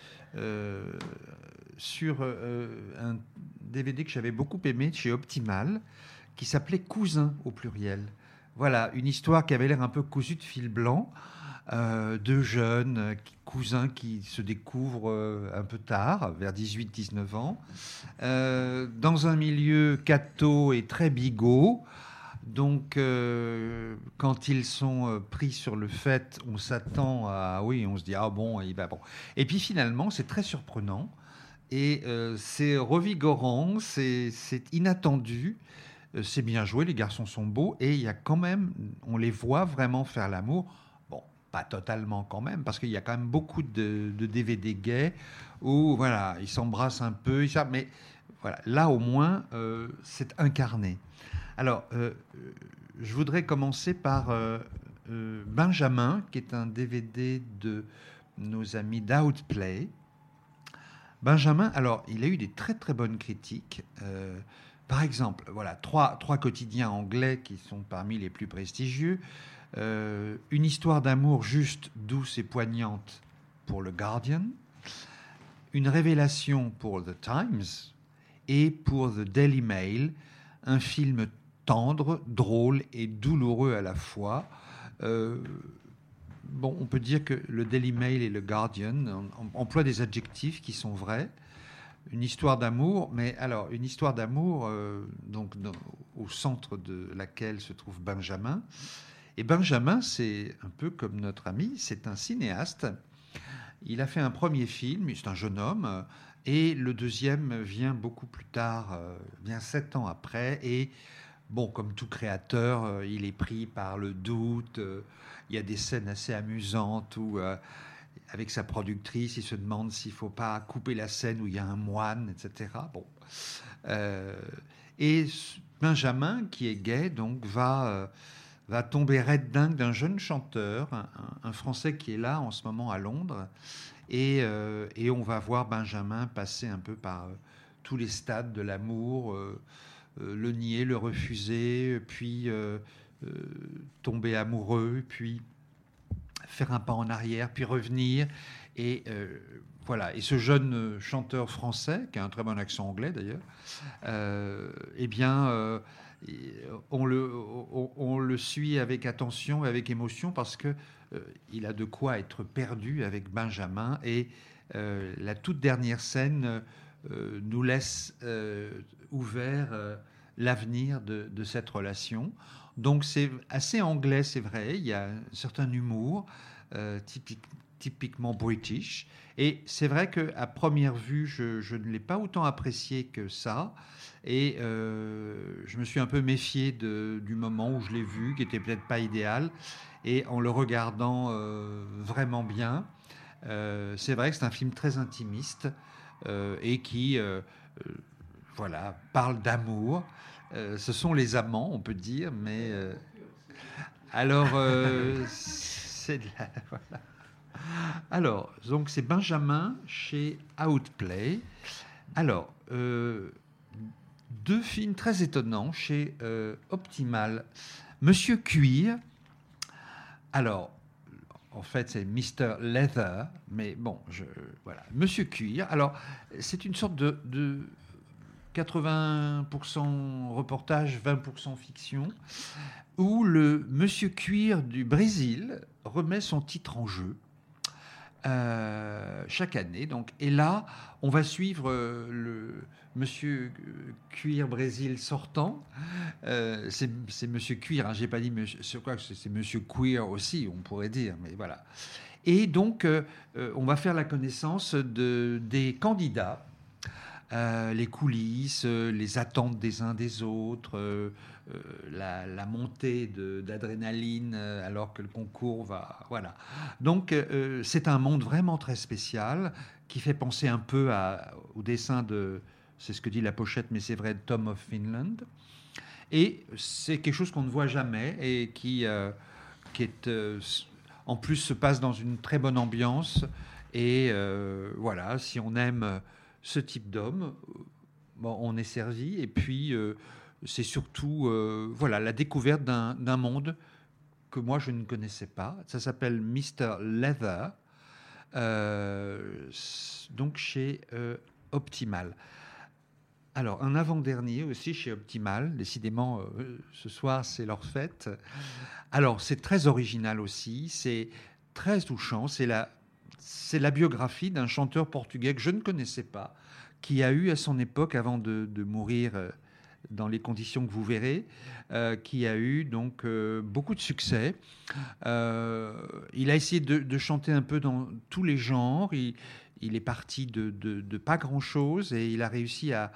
sur un DVD que j'avais beaucoup aimé chez Optimal, qui s'appelait Cousin au pluriel. Voilà, une histoire qui avait l'air un peu cousue de fil blanc, de jeunes cousins qui se découvrent un peu tard, vers 18-19 ans, dans un milieu catho et très bigot. Donc, quand ils sont pris sur le fait, on s'attend à... Oui, on se dit, ah bon, il va bon. Et puis finalement, c'est très surprenant. Et c'est revigorant, c'est inattendu. C'est bien joué, les garçons sont beaux. Et il y a quand même... On les voit vraiment faire l'amour. Bon, pas totalement quand même, parce qu'il y a quand même beaucoup de DVD gays où, voilà, ils s'embrassent un peu. Mais voilà, là, au moins, c'est incarné. Alors, je voudrais commencer par Benjamin, qui est un DVD de nos amis d'Outplay. Benjamin, alors, il a eu des très très bonnes critiques. Par exemple, voilà, trois quotidiens anglais qui sont parmi les plus prestigieux. Une histoire d'amour juste, douce et poignante pour le Guardian. Une révélation pour The Times. Et pour The Daily Mail, un film tendre, drôle et douloureux à la fois. Bon, on peut dire que le Daily Mail et le Guardian emploient des adjectifs qui sont vrais. Une histoire d'amour, mais alors une histoire d'amour donc au centre de laquelle se trouve Benjamin. Et Benjamin, c'est un peu comme notre ami, c'est un cinéaste. Il a fait un premier film, c'est un jeune homme, et le deuxième vient beaucoup plus tard, vient 7 ans après, et bon, comme tout créateur, il est pris par le doute. Il y a des scènes assez amusantes où, avec sa productrice, il se demande s'il ne faut pas couper la scène où il y a un moine, etc. Bon. Et Benjamin, qui est gay, donc, va tomber raide dingue d'un jeune chanteur, un Français qui est là en ce moment à Londres. Et on va voir Benjamin passer un peu par tous les stades de l'amour, le nier, le refuser, puis tomber amoureux, puis faire un pas en arrière, puis revenir. Et voilà. Et ce jeune chanteur français, qui a un très bon accent anglais d'ailleurs, eh bien, on le suit avec attention et avec émotion, parce que il a de quoi être perdu avec Benjamin. Et la toute dernière scène nous laisse ouvert l'avenir de cette relation. Donc c'est assez anglais, c'est vrai. Il y a un certain humour typiquement british. Et c'est vrai qu'à première vue, je ne l'ai pas autant apprécié que ça. Et je me suis un peu méfié du moment où je l'ai vu, qui n'était peut-être pas idéal. Et en le regardant vraiment bien, c'est vrai que c'est un film très intimiste et qui voilà, parle d'amour. Ce sont les amants, on peut dire, mais alors c'est de la, voilà. Alors, donc c'est Benjamin chez Outplay. Alors, deux films très étonnants chez Optimal. Monsieur Cuir. Alors, en fait, c'est Mr. Leather, mais bon, voilà. Monsieur Cuir. Alors, c'est une sorte de 80% reportage, 20% fiction, où le Monsieur Cuir du Brésil remet son titre en jeu chaque année. Donc, et là, on va suivre le Monsieur Cuir Brésil sortant. C'est Monsieur Cuir, hein, j'ai pas dit monsieur, c'est Monsieur Queer aussi, on pourrait dire, mais voilà. Et donc, on va faire la connaissance des candidats. Les coulisses, les attentes des uns des autres, la montée d'adrénaline alors que le concours va... Voilà. Donc, c'est un monde vraiment très spécial qui fait penser un peu au dessin de... C'est ce que dit la pochette, mais c'est vrai, de Tom of Finland. Et c'est quelque chose qu'on ne voit jamais et qui est... en plus, se passe dans une très bonne ambiance. Et voilà, si on aime... ce type d'homme, bon, on est servi. Et puis, c'est surtout voilà, la découverte d'un monde que moi, je ne connaissais pas. Ça s'appelle Mr. Leather, donc chez Optimal. Alors, un avant-dernier aussi chez Optimal. Décidément, ce soir, c'est leur fête. Alors, c'est très original aussi. C'est très touchant. C'est la biographie d'un chanteur portugais que je ne connaissais pas, qui a eu à son époque, avant de mourir dans les conditions que vous verrez, qui a eu donc beaucoup de succès. Il a essayé de chanter un peu dans tous les genres. Il est parti de pas grand-chose et il a réussi à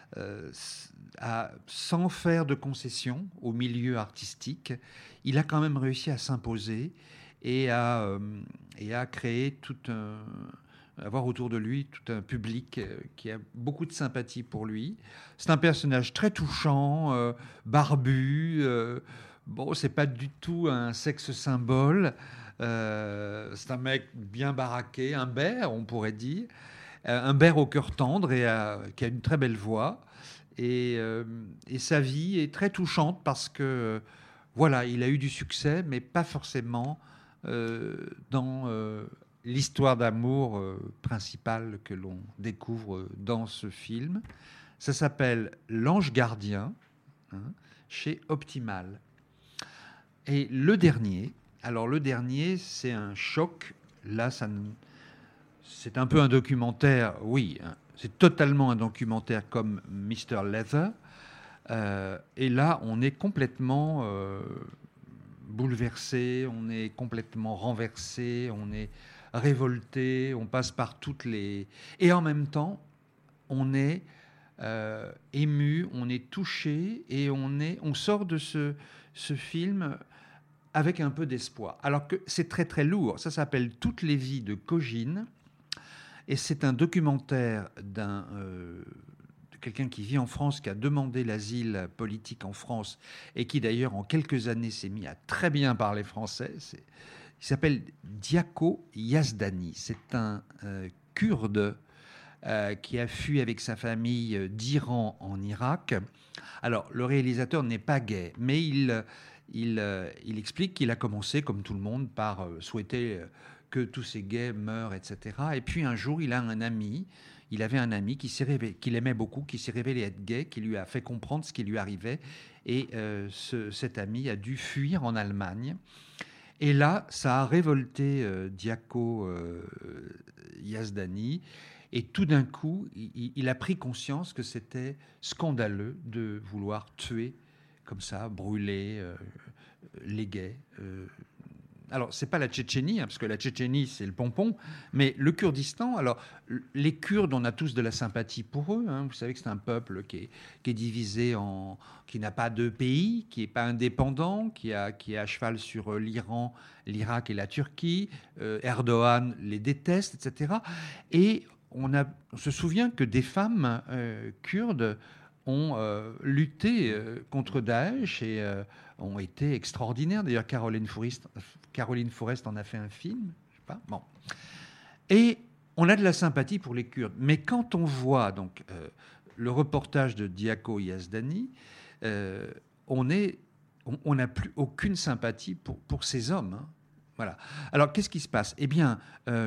sans faire de concessions au milieu artistique, il a quand même réussi à s'imposer et à créer avoir autour de lui tout un public qui a beaucoup de sympathie pour lui. C'est un personnage très touchant, barbu. Bon, c'est pas du tout un sexe symbole. C'est un mec bien baraqué, un bear, on pourrait dire. Un bear au cœur tendre et qui a une très belle voix. Et sa vie est très touchante parce que, voilà, il a eu du succès, mais pas forcément dans l'histoire d'amour principale que l'on découvre dans ce film. Ça s'appelle L'Ange Gardien, hein, chez Optimal. Et le dernier, c'est un choc. Là, c'est un peu un documentaire, oui, hein, c'est totalement un documentaire comme Mr. Leather. Et là, on est complètement bouleversé, on est complètement renversé, on est révolté, on passe par toutes les... Et en même temps, on est ému, on est touché et on sort de ce film avec un peu d'espoir. Alors que c'est très très lourd. Ça s'appelle Toutes les vies de Cogine et c'est un documentaire de quelqu'un qui vit en France, qui a demandé l'asile politique en France et qui d'ailleurs en quelques années s'est mis à très bien parler français. Il s'appelle Diako Yazdani. C'est un Kurde qui a fui avec sa famille d'Iran en Irak. Alors, le réalisateur n'est pas gay, mais il explique qu'il a commencé, comme tout le monde, par souhaiter que tous ces gays meurent, etc. Et puis un jour, il avait un ami qu'il aimait beaucoup, qui s'est révélé être gay, qui lui a fait comprendre ce qui lui arrivait. Et cet ami a dû fuir en Allemagne. Et là, ça a révolté Diako Yazdani. Et tout d'un coup, il a pris conscience que c'était scandaleux de vouloir tuer comme ça, brûler les gays. Alors, c'est pas la Tchétchénie, hein, parce que la Tchétchénie, c'est le pompon, mais le Kurdistan, alors, les Kurdes, on a tous de la sympathie pour eux. Hein. Vous savez que c'est un peuple qui est divisé qui n'a pas de pays, qui n'est pas indépendant, qui est à cheval sur l'Iran, l'Irak et la Turquie. Erdogan les déteste, etc. Et on se souvient que des femmes kurdes ont lutté contre Daesh et ont été extraordinaires. D'ailleurs, Caroline Forrest en a fait un film. Je pas. Bon. Et on a de la sympathie pour les Kurdes. Mais quand on voit donc, le reportage de Diaco Yazdani, on n'a plus aucune sympathie pour ces hommes. Hein. Voilà. Alors, qu'est-ce qui se passe ? Eh bien,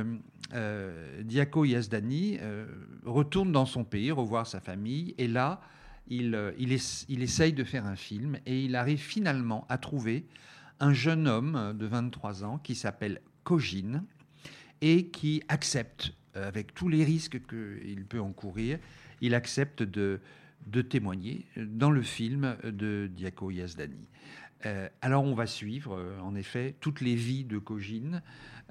Diaco Yazdani retourne dans son pays, revoir sa famille, et là, il essaye de faire un film, et il arrive finalement à trouver un jeune homme de 23 ans qui s'appelle Kojin, et qui accepte, avec tous les risques qu'il peut encourir, il accepte de témoigner dans le film de Diaco Yazdani. Alors on va suivre, en effet, toutes les vies de Kojin,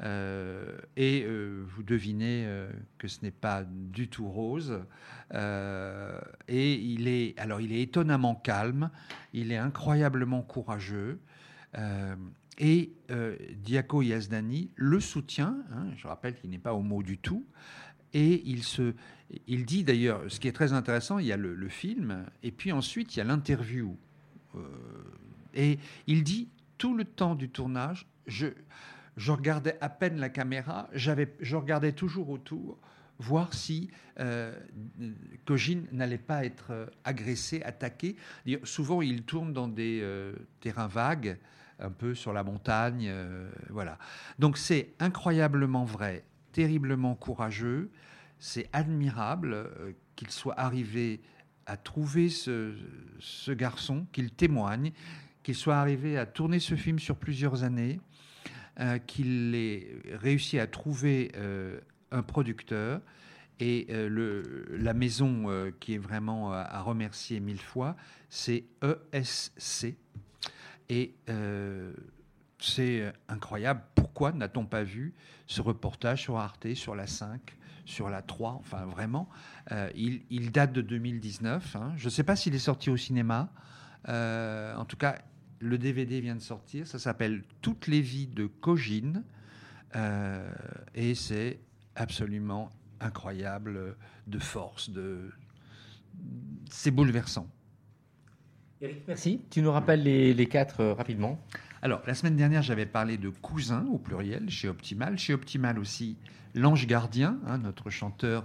et vous devinez que ce n'est pas du tout rose. Et il est étonnamment calme, il est incroyablement courageux. Et Diaco Yazdani le soutient, hein, je rappelle qu'il n'est pas homo du tout, et il dit d'ailleurs, ce qui est très intéressant, il y a le film, et puis ensuite il y a l'interview. Et il dit, tout le temps du tournage, je regardais à peine la caméra, je regardais toujours autour, voir si Kojin n'allait pas être agressé, attaqué. Souvent, il tourne dans des terrains vagues, un peu sur la montagne, voilà. Donc c'est incroyablement vrai, terriblement courageux, c'est admirable qu'il soit arrivé à trouver ce garçon, qu'il témoigne, qu'il soit arrivé à tourner ce film sur plusieurs années, qu'il ait réussi à trouver un producteur, et la maison qui est vraiment à remercier 1000 fois, c'est ESC. Et c'est incroyable. Pourquoi n'a-t-on pas vu ce reportage sur Arte, sur la 5, sur la 3 ? Enfin, vraiment, il date de 2019. Hein. Je ne sais pas s'il est sorti au cinéma. En tout cas, le DVD vient de sortir. Ça s'appelle « Toutes les vies de Kojin ». Et c'est absolument incroyable de force. C'est bouleversant. Eric, merci. Tu nous rappelles les 4 rapidement. Alors, la semaine dernière, j'avais parlé de Cousin, au pluriel, chez Optimal. Chez Optimal aussi, L'Ange Gardien, hein, notre chanteur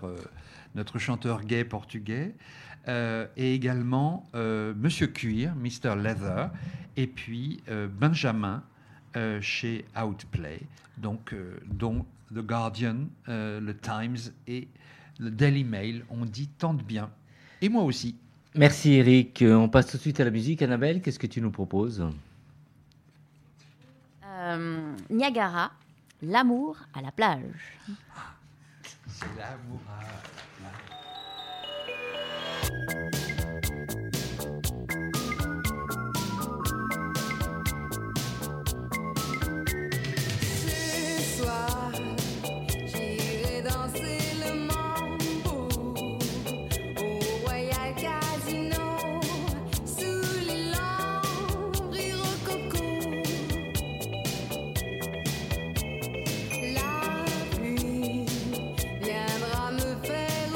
gay portugais. Et également Monsieur Cuir, Mr. Leather. Et puis Benjamin, chez Outplay. Donc, dont The Guardian, le Times et le Daily Mail ont dit tant de bien. Et moi aussi. Merci Eric. On passe tout de suite à la musique. Annabelle, qu'est-ce que tu nous proposes ? Niagara, l'amour à la plage. C'est l'amour à la plage. La pluie viendra me faire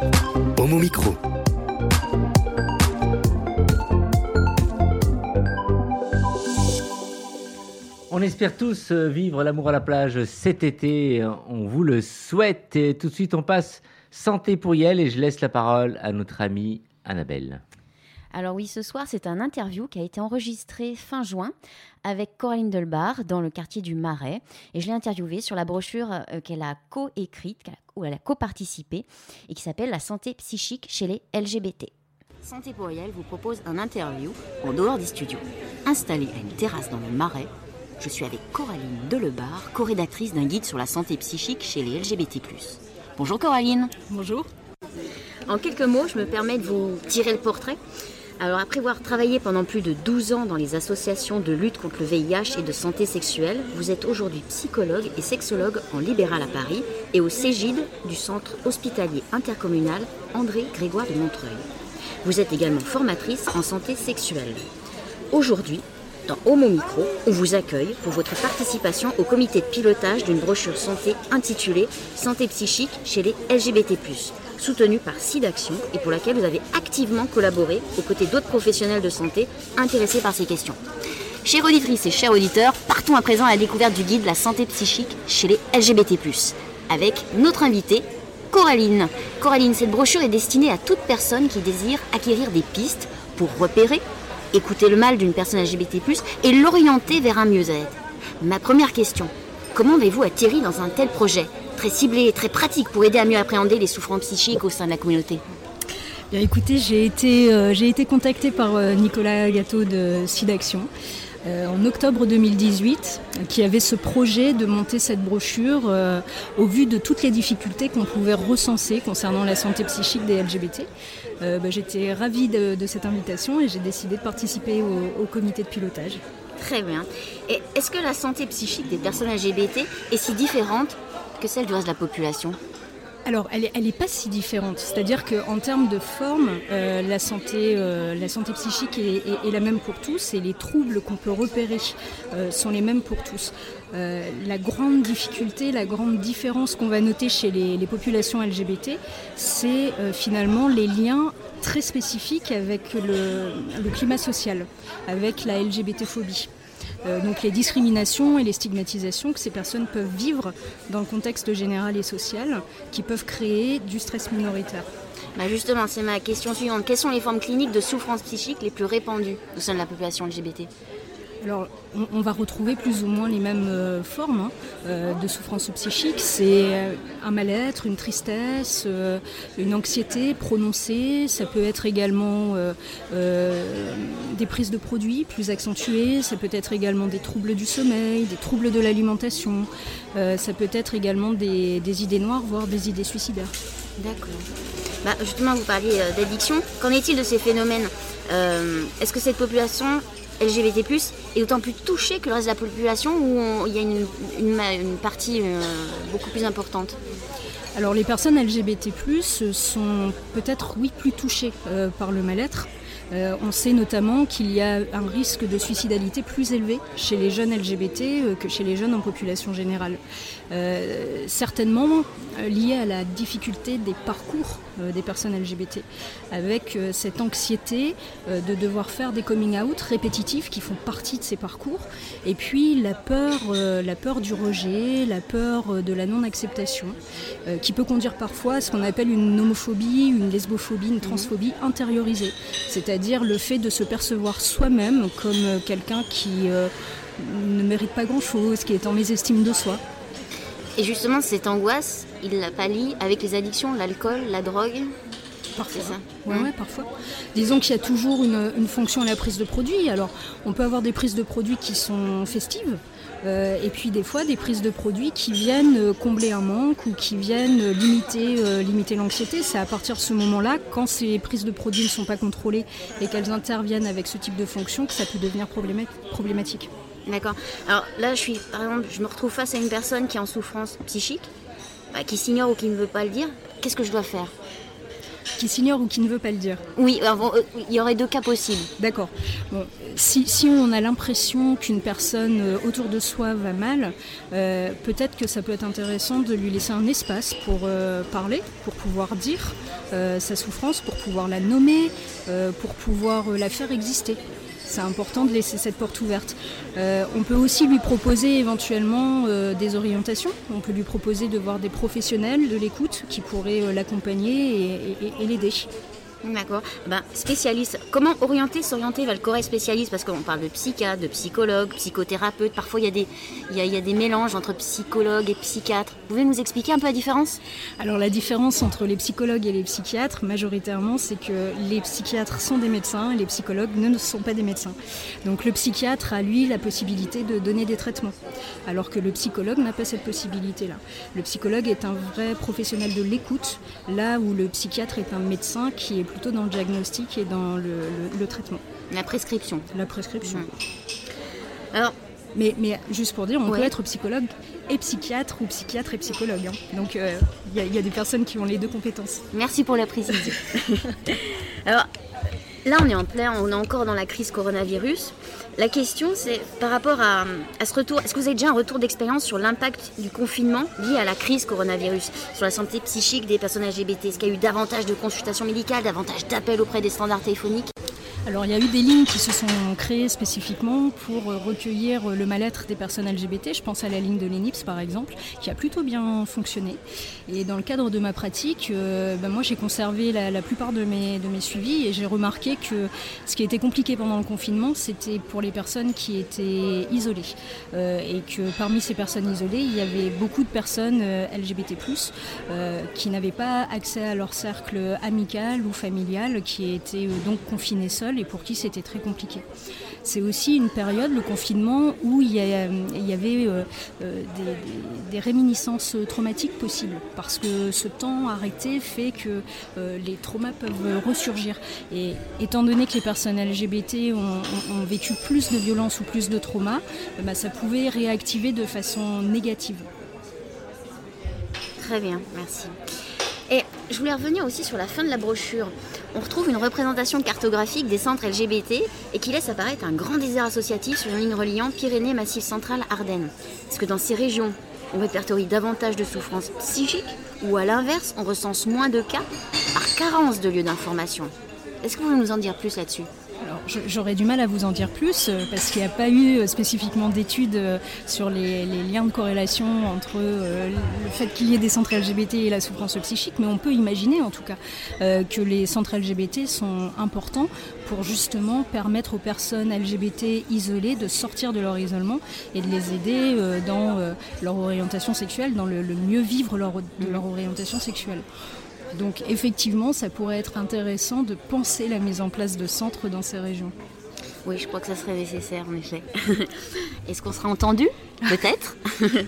Homo Micro. On espère tous vivre l'amour à la plage cet été. On vous le souhaite. Et tout de suite, on passe santé pour Yael et je laisse la parole à notre amie Annabelle. Alors oui, ce soir, c'est un interview qui a été enregistré fin juin avec Coraline Delbar dans le quartier du Marais. Et je l'ai interviewée sur la brochure qu'elle a co-écrite, où elle a co-participé, et qui s'appelle « La santé psychique chez les LGBT ». Santé pour Yael vous propose un interview en dehors des studios. Installée à une terrasse dans le Marais, je suis avec Coraline Delbar, co-rédactrice d'un guide sur la santé psychique chez les LGBT+. Bonjour Coraline. Bonjour. En quelques mots, je me permets de vous tirer le portrait. Alors après avoir travaillé pendant plus de 12 ans dans les associations de lutte contre le VIH et de santé sexuelle, vous êtes aujourd'hui psychologue et sexologue en libéral à Paris et au Cégide du centre hospitalier intercommunal André Grégoire de Montreuil. Vous êtes également formatrice en santé sexuelle. Aujourd'hui, dans Homo Micro, on vous accueille pour votre participation au comité de pilotage d'une brochure santé intitulée « Santé psychique chez les LGBT+, soutenue par SIDAction et pour laquelle vous avez activement collaboré aux côtés d'autres professionnels de santé intéressés par ces questions. Chères auditrices et chers auditeurs, partons à présent à la découverte du guide « La santé psychique chez les LGBT+, avec notre invitée, Coraline. Coraline, cette brochure est destinée à toute personne qui désire acquérir des pistes pour repérer, écouter le mal d'une personne LGBT+, et l'orienter vers un mieux-être. Ma première question, comment avez-vous atterri dans un tel projet, très ciblé et très pratique pour aider à mieux appréhender les souffrances psychiques au sein de la communauté ? Bien, écoutez, j'ai été contactée par Nicolas Gâteau de SIDAction en octobre 2018, qui avait ce projet de monter cette brochure au vu de toutes les difficultés qu'on pouvait recenser concernant la santé psychique des LGBT. J'étais ravie de cette invitation et j'ai décidé de participer au comité de pilotage. Très bien. Et est-ce que la santé psychique des personnes LGBT est si différente que celle du reste de la population ? Alors, elle n'est pas si différente. C'est-à-dire qu'en termes de forme, la santé psychique est la même pour tous et les troubles qu'on peut repérer sont les mêmes pour tous. La grande difficulté, la grande différence qu'on va noter chez les populations LGBT, c'est finalement les liens très spécifiques avec le climat social, avec la LGBT-phobie. Donc les discriminations et les stigmatisations que ces personnes peuvent vivre dans le contexte général et social, qui peuvent créer du stress minoritaire. Justement, c'est ma question suivante. Quelles sont les formes cliniques de souffrance psychique les plus répandues au sein de la population LGBT ? Alors, on va retrouver plus ou moins les mêmes formes de souffrance psychique. C'est un mal-être, une tristesse, une anxiété prononcée. Ça peut être également des prises de produits plus accentuées. Ça peut être également des troubles du sommeil, des troubles de l'alimentation. Ça peut être également des idées noires, voire des idées suicidaires. D'accord. Justement, vous parliez d'addiction. Qu'en est-il de ces phénomènes ? Est-ce que cette population LGBT+, est d'autant plus touchée que le reste de la population où il y a une partie beaucoup plus importante ? Alors les personnes LGBT+, sont peut-être plus touchées par le mal-être. On sait notamment qu'il y a un risque de suicidalité plus élevé chez les jeunes LGBT que chez les jeunes en population générale. Certainement lié à la difficulté des parcours des personnes LGBT, avec cette anxiété de devoir faire des coming out répétitifs qui font partie de ces parcours, et puis la peur du rejet, la peur de la non-acceptation, qui peut conduire parfois à ce qu'on appelle une homophobie, une lesbophobie, une transphobie intériorisée, c'est-à-dire le fait de se percevoir soi-même comme quelqu'un qui ne mérite pas grand-chose, qui est en mésestime de soi. Et justement, cette angoisse, il la pallie avec les addictions, l'alcool, la drogue ? Parfois. C'est ça. Ouais, parfois. Disons qu'il y a toujours une fonction à la prise de produits. Alors, on peut avoir des prises de produits qui sont festives, et puis des fois des prises de produits qui viennent combler un manque ou qui viennent limiter l'anxiété. C'est à partir de ce moment-là, quand ces prises de produits ne sont pas contrôlées et qu'elles interviennent avec ce type de fonction, que ça peut devenir problématique. D'accord. Alors là, par exemple, je me retrouve face à une personne qui est en souffrance psychique, qui s'ignore ou qui ne veut pas le dire. Qu'est-ce que je dois faire ? qui s'ignore ou qui ne veut pas le dire. Oui, il y aurait 2 cas possibles. D'accord. Bon, si on a l'impression qu'une personne autour de soi va mal, peut-être que ça peut être intéressant de lui laisser un espace pour parler, pour pouvoir dire sa souffrance, pour pouvoir la nommer, pour pouvoir la faire exister. C'est important de laisser cette porte ouverte. On peut aussi lui proposer éventuellement des orientations. On peut lui proposer de voir des professionnels de l'écoute qui pourraient l'accompagner et l'aider. D'accord. Spécialiste, comment s'orienter vers le corps spécialiste? Parce qu'on parle de psychiatre, de psychologue, psychothérapeute. Parfois, il y a des mélanges entre psychologue et psychiatre. Vous pouvez nous expliquer un peu la différence? Alors, la différence entre les psychologues et les psychiatres, majoritairement, c'est que les psychiatres sont des médecins et les psychologues ne sont pas des médecins. Donc, le psychiatre a, lui, la possibilité de donner des traitements, alors que le psychologue n'a pas cette possibilité-là. Le psychologue est un vrai professionnel de l'écoute, là où le psychiatre est un médecin qui est plutôt dans le diagnostic et dans le traitement. La prescription. La prescription. Alors, mais juste pour dire, on peut être psychologue et psychiatre ou psychiatre et psychologue. Hein. Donc il y a des personnes qui ont les 2 compétences. Merci pour la précision. Alors, là on est encore dans la crise coronavirus. La question c'est par rapport à ce retour, est-ce que vous avez déjà un retour d'expérience sur l'impact du confinement lié à la crise coronavirus sur la santé psychique des personnes LGBT? Est-ce qu'il y a eu davantage de consultations médicales, davantage d'appels auprès des standards téléphoniques? Alors il y a eu des lignes qui se sont créées spécifiquement pour recueillir le mal-être des personnes LGBT. Je pense à la ligne de l'ENIPS par exemple, qui a plutôt bien fonctionné. Et dans le cadre de ma pratique, moi j'ai conservé la plupart de mes suivis et j'ai remarqué que ce qui était compliqué pendant le confinement, c'était pour les personnes qui étaient isolées. Et que parmi ces personnes isolées, il y avait beaucoup de personnes LGBT+, qui n'avaient pas accès à leur cercle amical ou familial, qui étaient donc confinés seuls et pour qui c'était très compliqué. C'est aussi une période, le confinement, où il y avait des réminiscences traumatiques possibles, parce que ce temps arrêté fait que les traumas peuvent ressurgir. Et étant donné que les personnes LGBT ont vécu plus de violences ou plus de traumas, ça pouvait réactiver de façon négative. Très bien, merci. Et je voulais revenir aussi sur la fin de la brochure. On retrouve une représentation cartographique des centres LGBT et qui laisse apparaître un grand désert associatif sur une ligne reliant Pyrénées, Massif central, Ardennes. Est-ce que dans ces régions, on répertorie davantage de souffrances psychiques ou à l'inverse, on recense moins de cas par carence de lieux d'information? Est-ce que vous pouvez nous en dire plus là-dessus? Alors, j'aurais du mal à vous en dire plus parce qu'il n'y a pas eu spécifiquement d'études sur les liens de corrélation entre le fait qu'il y ait des centres LGBT et la souffrance psychique, mais on peut imaginer en tout cas que les centres LGBT sont importants pour justement permettre aux personnes LGBT isolées de sortir de leur isolement et de les aider dans leur orientation sexuelle, dans le mieux vivre de leur orientation sexuelle. Donc effectivement, ça pourrait être intéressant de penser la mise en place de centres dans ces régions. Oui, je crois que ça serait nécessaire, en effet. Est-ce qu'on sera entendu? Peut-être.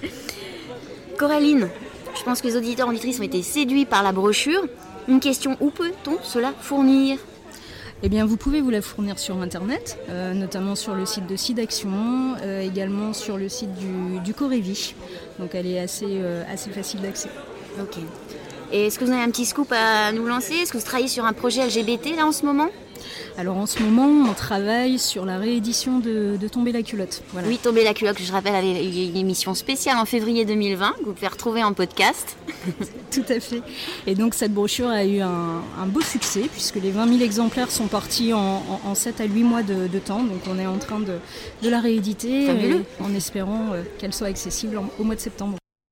Coraline, je pense que les auditeurs et auditrices ont été séduits par la brochure. Une question, où peut-on se la fournir? Eh bien, vous pouvez vous la fournir sur Internet, notamment sur le site de SIDAction, également sur le site du Corévi. Donc elle est assez facile d'accès. Ok. Et est-ce que vous avez un petit scoop à nous lancer? Est-ce que vous travaillez sur un projet LGBT là en ce moment? Alors en ce moment, on travaille sur la réédition de Tomber la culotte. Voilà. Oui, Tomber la culotte, je rappelle, avait une émission spéciale en février 2020 que vous pouvez retrouver en podcast. Tout à fait. Et donc cette brochure a eu un beau succès puisque les 20 000 exemplaires sont partis en 7 à 8 mois de temps. Donc on est en train de la rééditer en espérant qu'elle soit accessible au mois de septembre.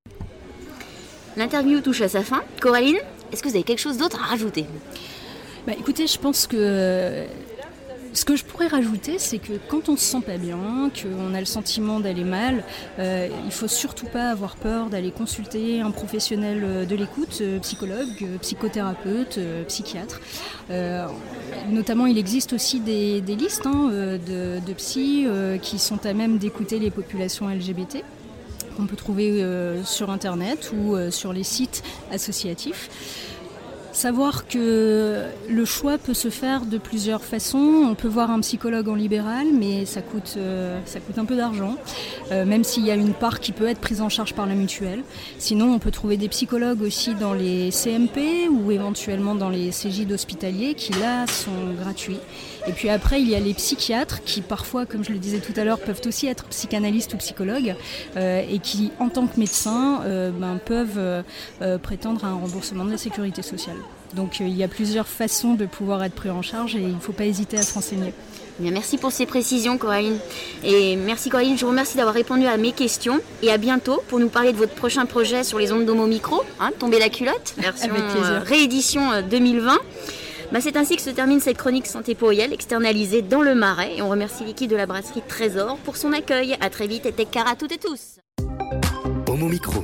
L'interview touche à sa fin. Coraline, est-ce que vous avez quelque chose d'autre à rajouter? Écoutez, je pense que ce que je pourrais rajouter, c'est que quand on se sent pas bien, qu'on a le sentiment d'aller mal, il faut surtout pas avoir peur d'aller consulter un professionnel de l'écoute, psychologue, psychothérapeute, psychiatre. Notamment, il existe aussi des listes de psy qui sont à même d'écouter les populations LGBT. On peut trouver sur Internet ou sur les sites associatifs. Savoir que le choix peut se faire de plusieurs façons. On peut voir un psychologue en libéral, mais ça coûte un peu d'argent, même s'il y a une part qui peut être prise en charge par la mutuelle. Sinon, on peut trouver des psychologues aussi dans les CMP ou éventuellement dans les CJ d'hospitaliers qui, là, sont gratuits. Et puis après, il y a les psychiatres qui, parfois, comme je le disais tout à l'heure, peuvent aussi être psychanalystes ou psychologues et qui, en tant que médecins, peuvent prétendre à un remboursement de la sécurité sociale. Donc il y a plusieurs façons de pouvoir être pris en charge et il ne faut pas hésiter à se renseigner. Bien, merci pour ces précisions, Coraline. Et merci, Coraline, je vous remercie d'avoir répondu à mes questions. Et à bientôt pour nous parler de votre prochain projet sur les ondes d'Homo Micro, Tomber la culotte, version réédition 2020. C'est ainsi que se termine cette chronique Santé Pluriel externalisée dans le Marais. Et on remercie l'équipe de la brasserie Trésor pour son accueil. À très vite et take care à toutes et tous. Homo Micro.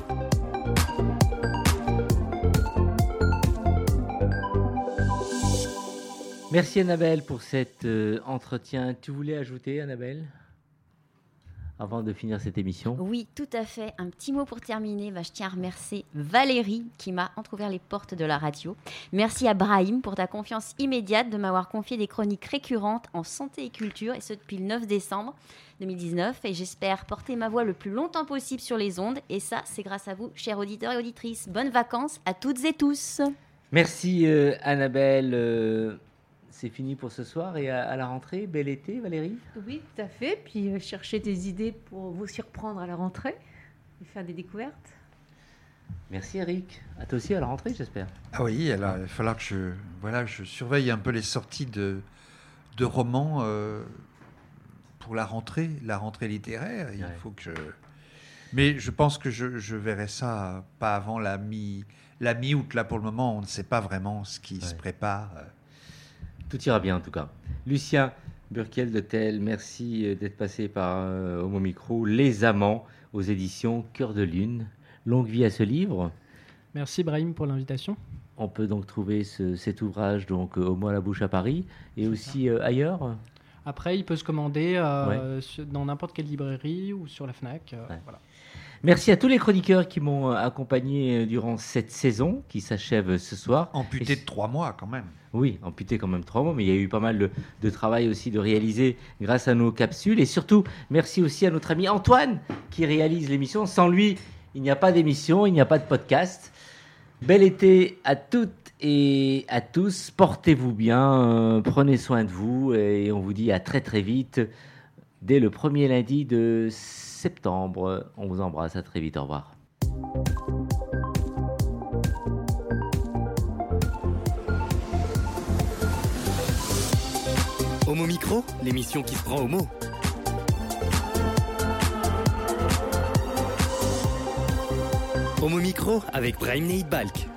Merci Annabelle pour cet entretien. Tu voulais ajouter, Annabelle, avant de finir cette émission? Oui, tout à fait. Un petit mot pour terminer. Je tiens à remercier Valérie qui m'a entrouvert les portes de la radio. Merci à Brahim pour ta confiance immédiate de m'avoir confié des chroniques récurrentes en santé et culture, et ce depuis le 9 décembre 2019. Et j'espère porter ma voix le plus longtemps possible sur les ondes. Et ça, c'est grâce à vous, chers auditeurs et auditrices. Bonnes vacances à toutes et tous. Merci Annabelle. C'est fini pour ce soir et à la rentrée. Bel été, Valérie? Oui, tout à fait. Puis chercher des idées pour vous surprendre à la rentrée et faire des découvertes. Merci Eric. À toi aussi à la rentrée, j'espère. Ah oui, alors il va falloir que je surveille un peu les sorties de romans pour la rentrée littéraire. Il faut que Mais je pense que je verrai ça pas avant la mi-août. Là, pour le moment, on ne sait pas vraiment ce qui se prépare. Tout ira bien en tout cas. Lucien Burkiel de Tel, merci d'être passé par Homo Micro. Les Amants aux éditions Cœur de Lune. Longue vie à ce livre. Merci Brahim pour l'invitation. On peut donc trouver cet ouvrage donc, au Mot à la Bouche à Paris et aussi ailleurs. Après, il peut se commander dans n'importe quelle librairie ou sur la FNAC. Voilà. Merci à tous les chroniqueurs qui m'ont accompagné durant cette saison qui s'achève ce soir. Amputé de 3 mois quand même. Oui, amputé quand même 3 mois, mais il y a eu pas mal de travail aussi de réaliser grâce à nos capsules. Et surtout, merci aussi à notre ami Antoine qui réalise l'émission. Sans lui, il n'y a pas d'émission, il n'y a pas de podcast. Bel été à toutes et à tous. Portez-vous bien, prenez soin de vous et on vous dit à très très vite dès le premier lundi de septembre. On vous embrasse, à très vite, au revoir. Homo Micro, l'émission qui se prend au mot. Homo Micro avec Brahim Neidbalk.